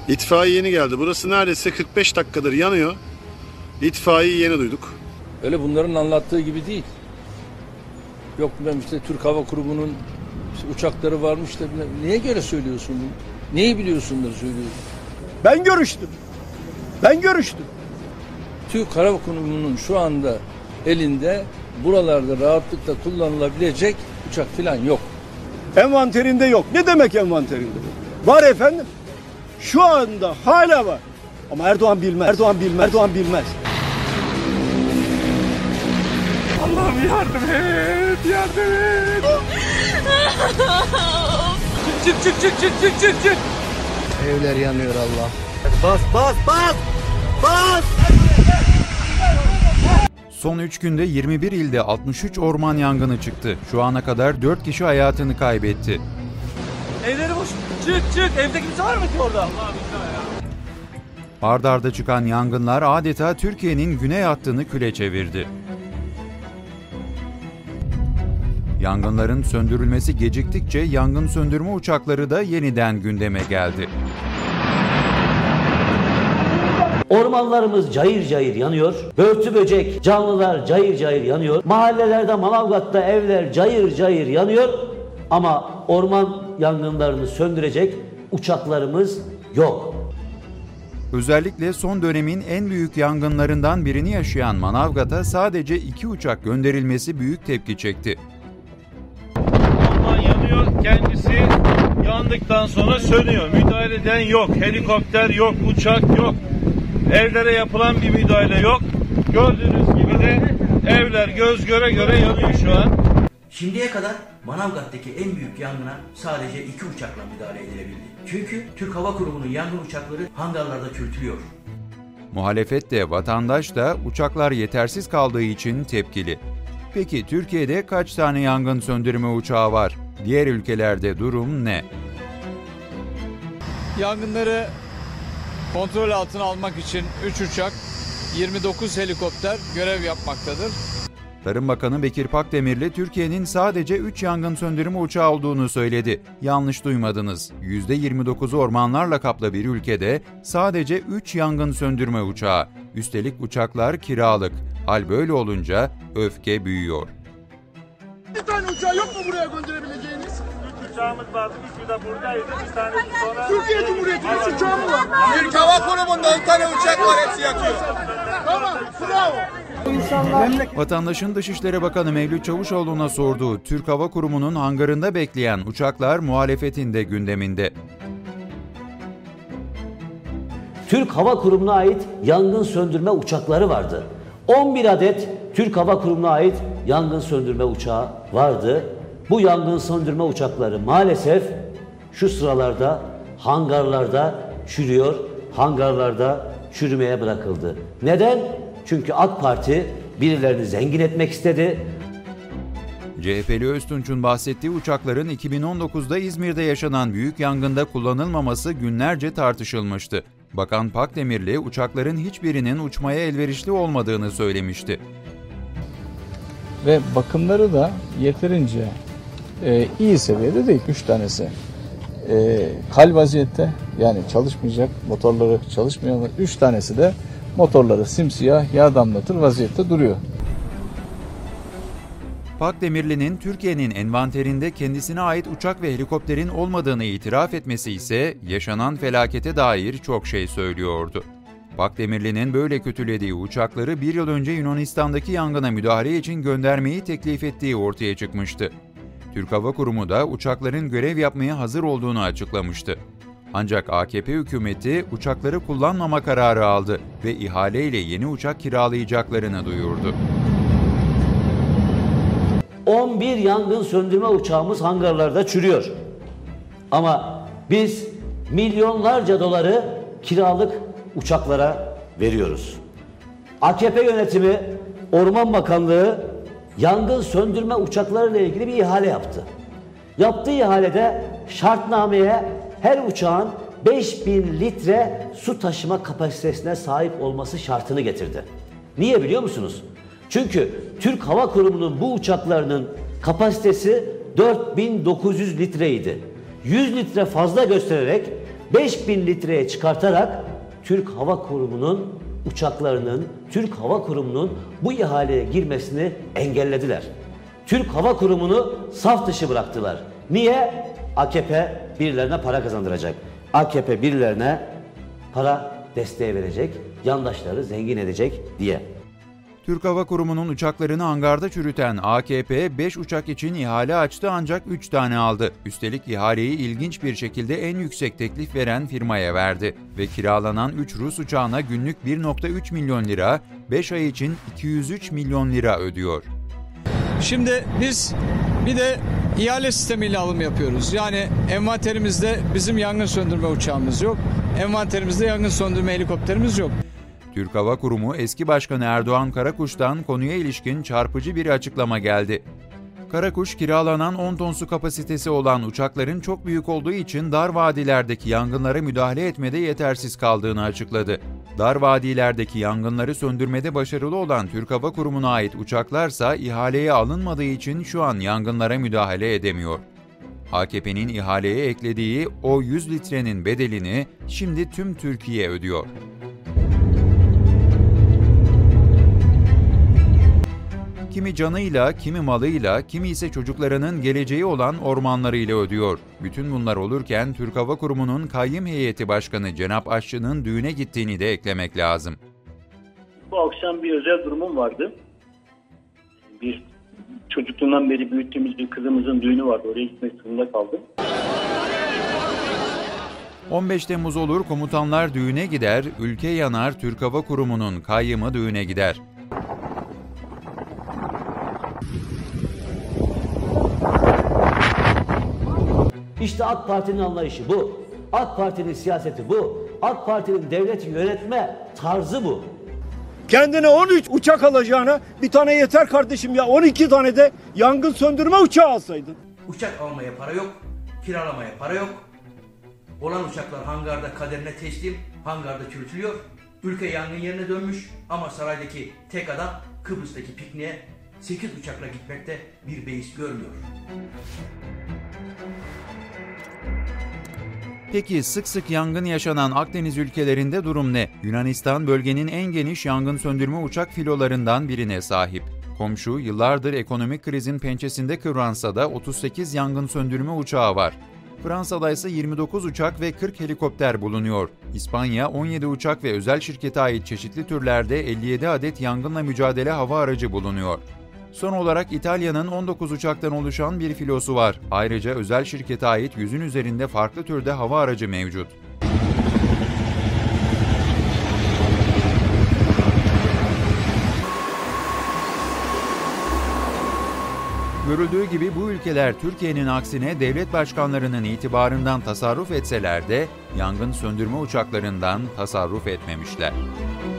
İtfaiye yeni geldi. Burası neredeyse 45 dakikadır yanıyor. İtfaiyeyi yeni duyduk. Öyle bunların anlattığı gibi değil. Yok ben işte Türk Hava Kurumu'nun işte uçakları varmış da niye göre söylüyorsun bunu? Neyi biliyorsundur söylüyorsun? Ben görüştüm. Türk Hava Kurumu'nun şu anda elinde buralarda rahatlıkla kullanılabilecek uçak falan yok. Envanterinde yok. Ne demek envanterinde yok? Var efendim. Şu anda hala var. Ama Erdoğan bilmez. Erdoğan bilmez. Allah'ım yardım et. Çık. Evler yanıyor Allah. Bas. Son 3 günde 21 ilde 63 orman yangını çıktı. Şu ana kadar 4 kişi hayatını kaybetti. Evleri boş. Çık. Evde kimse var mı ki orada? Ard arda çıkan yangınlar adeta Türkiye'nin güney hattını küle çevirdi. Yangınların söndürülmesi geciktikçe yangın söndürme uçakları da yeniden gündeme geldi. Ormanlarımız cayır cayır yanıyor. Börtü böcek, canlılar cayır cayır yanıyor. Mahallelerde, Manavgat'ta evler cayır cayır yanıyor. Ama orman yangınlarını söndürecek uçaklarımız yok. Özellikle son dönemin en büyük yangınlarından birini yaşayan Manavgat'a sadece 2 uçak gönderilmesi büyük tepki çekti. Orman yanıyor, kendisi yandıktan sonra sönüyor. Müdahale eden yok, helikopter yok, uçak yok. Evlere yapılan bir müdahale yok. Gördüğünüz gibi de evler göz göre göre yanıyor şu an. Şimdiye kadar Manavgat'taki en büyük yangına sadece 2 uçakla müdahale edilebildi. Çünkü Türk Hava Kurumu'nun yangın uçakları hangarlarda çürütülüyor. Muhalefet de vatandaş da uçaklar yetersiz kaldığı için tepkili. Peki Türkiye'de kaç tane yangın söndürme uçağı var? Diğer ülkelerde durum ne? Yangınları kontrol altına almak için 3 uçak, 29 helikopter görev yapmaktadır. Tarım Bakanı Bekir Pakdemirli Türkiye'nin sadece 3 yangın söndürme uçağı olduğunu söyledi. Yanlış duymadınız. %29'u ormanlarla kaplı bir ülkede sadece 3 yangın söndürme uçağı. Üstelik uçaklar kiralık. Hal böyle olunca öfke büyüyor. Bir tane uçağı yok mu buraya gönderebileceğiniz? 3 uçağımız vardı, üçü de buradaydı. Bir tanesi sonra... Türkiye Cumhuriyeti'nin 3 uçağı mı var? Türk Hava Kurumu'nda 10 tane uçak var, hepsi yakıyor. Tamam, bravo. Vatandaşın Dışişleri Bakanı Mevlüt Çavuşoğlu'na sorduğu Türk Hava Kurumu'nun hangarında bekleyen uçaklar muhalefetin de gündeminde. Türk Hava Kurumu'na ait yangın söndürme uçakları vardı. 11 adet Türk Hava Kurumu'na ait yangın söndürme uçağı vardı. Bu yangın söndürme uçakları maalesef şu sıralarda hangarlarda çürüyor, hangarlarda çürümeye bırakıldı. Neden? Çünkü AK Parti birilerini zengin etmek istedi. CHP'li Öztunç'un bahsettiği uçakların 2019'da İzmir'de yaşanan büyük yangında kullanılmaması günlerce tartışılmıştı. Bakan Pakdemirli uçakların hiçbirinin uçmaya elverişli olmadığını söylemişti. Ve bakımları da yeterince iyi seviyede değil. 3 tanesi kal vaziyette, yani çalışmayacak, motorları çalışmayan, 3 tanesi de motorları simsiyah yağ damlatır vaziyette duruyor. Pakdemirli'nin Türkiye'nin envanterinde kendisine ait uçak ve helikopterin olmadığını itiraf etmesi ise yaşanan felakete dair çok şey söylüyordu. Pakdemirli'nin böyle kötülediği uçakları bir yıl önce Yunanistan'daki yangına müdahale için göndermeyi teklif ettiği ortaya çıkmıştı. Türk Hava Kurumu da uçakların görev yapmaya hazır olduğunu açıklamıştı. Ancak AKP hükümeti uçakları kullanmama kararı aldı ve ihaleyle yeni uçak kiralayacaklarını duyurdu. 11 yangın söndürme uçağımız hangarlarda çürüyor. Ama biz milyonlarca doları kiralık uçaklara veriyoruz. AKP yönetimi, Orman Bakanlığı yangın söndürme uçaklarıyla ilgili bir ihale yaptı. Yaptığı ihalede şartnameye her uçağın 5000 litre su taşıma kapasitesine sahip olması şartını getirdi. Niye biliyor musunuz? Çünkü Türk Hava Kurumu'nun bu uçaklarının kapasitesi 4900 litreydi. 100 litre fazla göstererek 5000 litreye çıkartarak Türk Hava Kurumu'nun uçaklarının, Türk Hava Kurumu'nun bu ihaleye girmesini engellediler. Türk Hava Kurumu'nu saf dışı bıraktılar. Niye? AKP birilerine para kazandıracak. AKP birilerine para desteği verecek, yandaşları zengin edecek diye. Türk Hava Kurumu'nun uçaklarını hangarda çürüten AKP 5 uçak için ihale açtı ancak 3 tane aldı. Üstelik ihaleyi ilginç bir şekilde en yüksek teklif veren firmaya verdi ve kiralanan 3 Rus uçağına günlük 1,3 milyon lira, 5 ay için 203 milyon lira ödüyor. Şimdi biz bir de ihale sistemiyle alım yapıyoruz. Yani envanterimizde bizim yangın söndürme uçağımız yok. Envanterimizde yangın söndürme helikopterimiz yok. Türk Hava Kurumu eski başkanı Erdoğan Karakuş'tan konuya ilişkin çarpıcı bir açıklama geldi. Karakuş, kiralanan 10 ton su kapasitesi olan uçakların çok büyük olduğu için dar vadilerdeki yangınlara müdahale etmede yetersiz kaldığını açıkladı. Dar vadilerdeki yangınları söndürmede başarılı olan Türk Hava Kurumu'na ait uçaklarsa ihaleye alınmadığı için şu an yangınlara müdahale edemiyor. AKP'nin ihaleye eklediği o 100 litrenin bedelini şimdi tüm Türkiye ödüyor. Kimi canıyla, kimi malıyla, kimi ise çocuklarının geleceği olan ormanlarıyla ödüyor. Bütün bunlar olurken Türk Hava Kurumu'nun kayyım heyeti başkanı Cenap Aşçı'nın düğüne gittiğini de eklemek lazım. Bu akşam bir özel durumum vardı. Bir çocukluğundan beri büyüttüğümüz bir kızımızın düğünü vardı. Oraya gitmek zorunda kaldım. 15 Temmuz olur, komutanlar düğüne gider, ülke yanar, Türk Hava Kurumu'nun kayyımı düğüne gider. İşte AK Parti'nin anlayışı bu. AK Parti'nin siyaseti bu. AK Parti'nin devleti yönetme tarzı bu. Kendine 13 uçak alacağına bir tane yeter kardeşim ya. 12 tane de yangın söndürme uçağı alsaydın. Uçak almaya para yok, kiralamaya para yok. Olan uçaklar hangarda kaderine teslim, hangarda çürütülüyor. Ülke yangın yerine dönmüş ama saraydaki tek adam Kıbrıs'taki pikniğe 8 uçakla gitmekte bir beis görmüyor. Peki sık sık yangın yaşanan Akdeniz ülkelerinde durum ne? Yunanistan bölgenin en geniş yangın söndürme uçak filolarından birine sahip. Komşu yıllardır ekonomik krizin pençesinde kıvransa da 38 yangın söndürme uçağı var. Fransa'da ise 29 uçak ve 40 helikopter bulunuyor. İspanya 17 uçak ve özel şirkete ait çeşitli türlerde 57 adet yangınla mücadele hava aracı bulunuyor. Son olarak İtalya'nın 19 uçaktan oluşan bir filosu var. Ayrıca özel şirkete ait 100'ün üzerinde farklı türde hava aracı mevcut. Görüldüğü gibi bu ülkeler Türkiye'nin aksine devlet başkanlarının itibarından tasarruf etseler de yangın söndürme uçaklarından tasarruf etmemişler.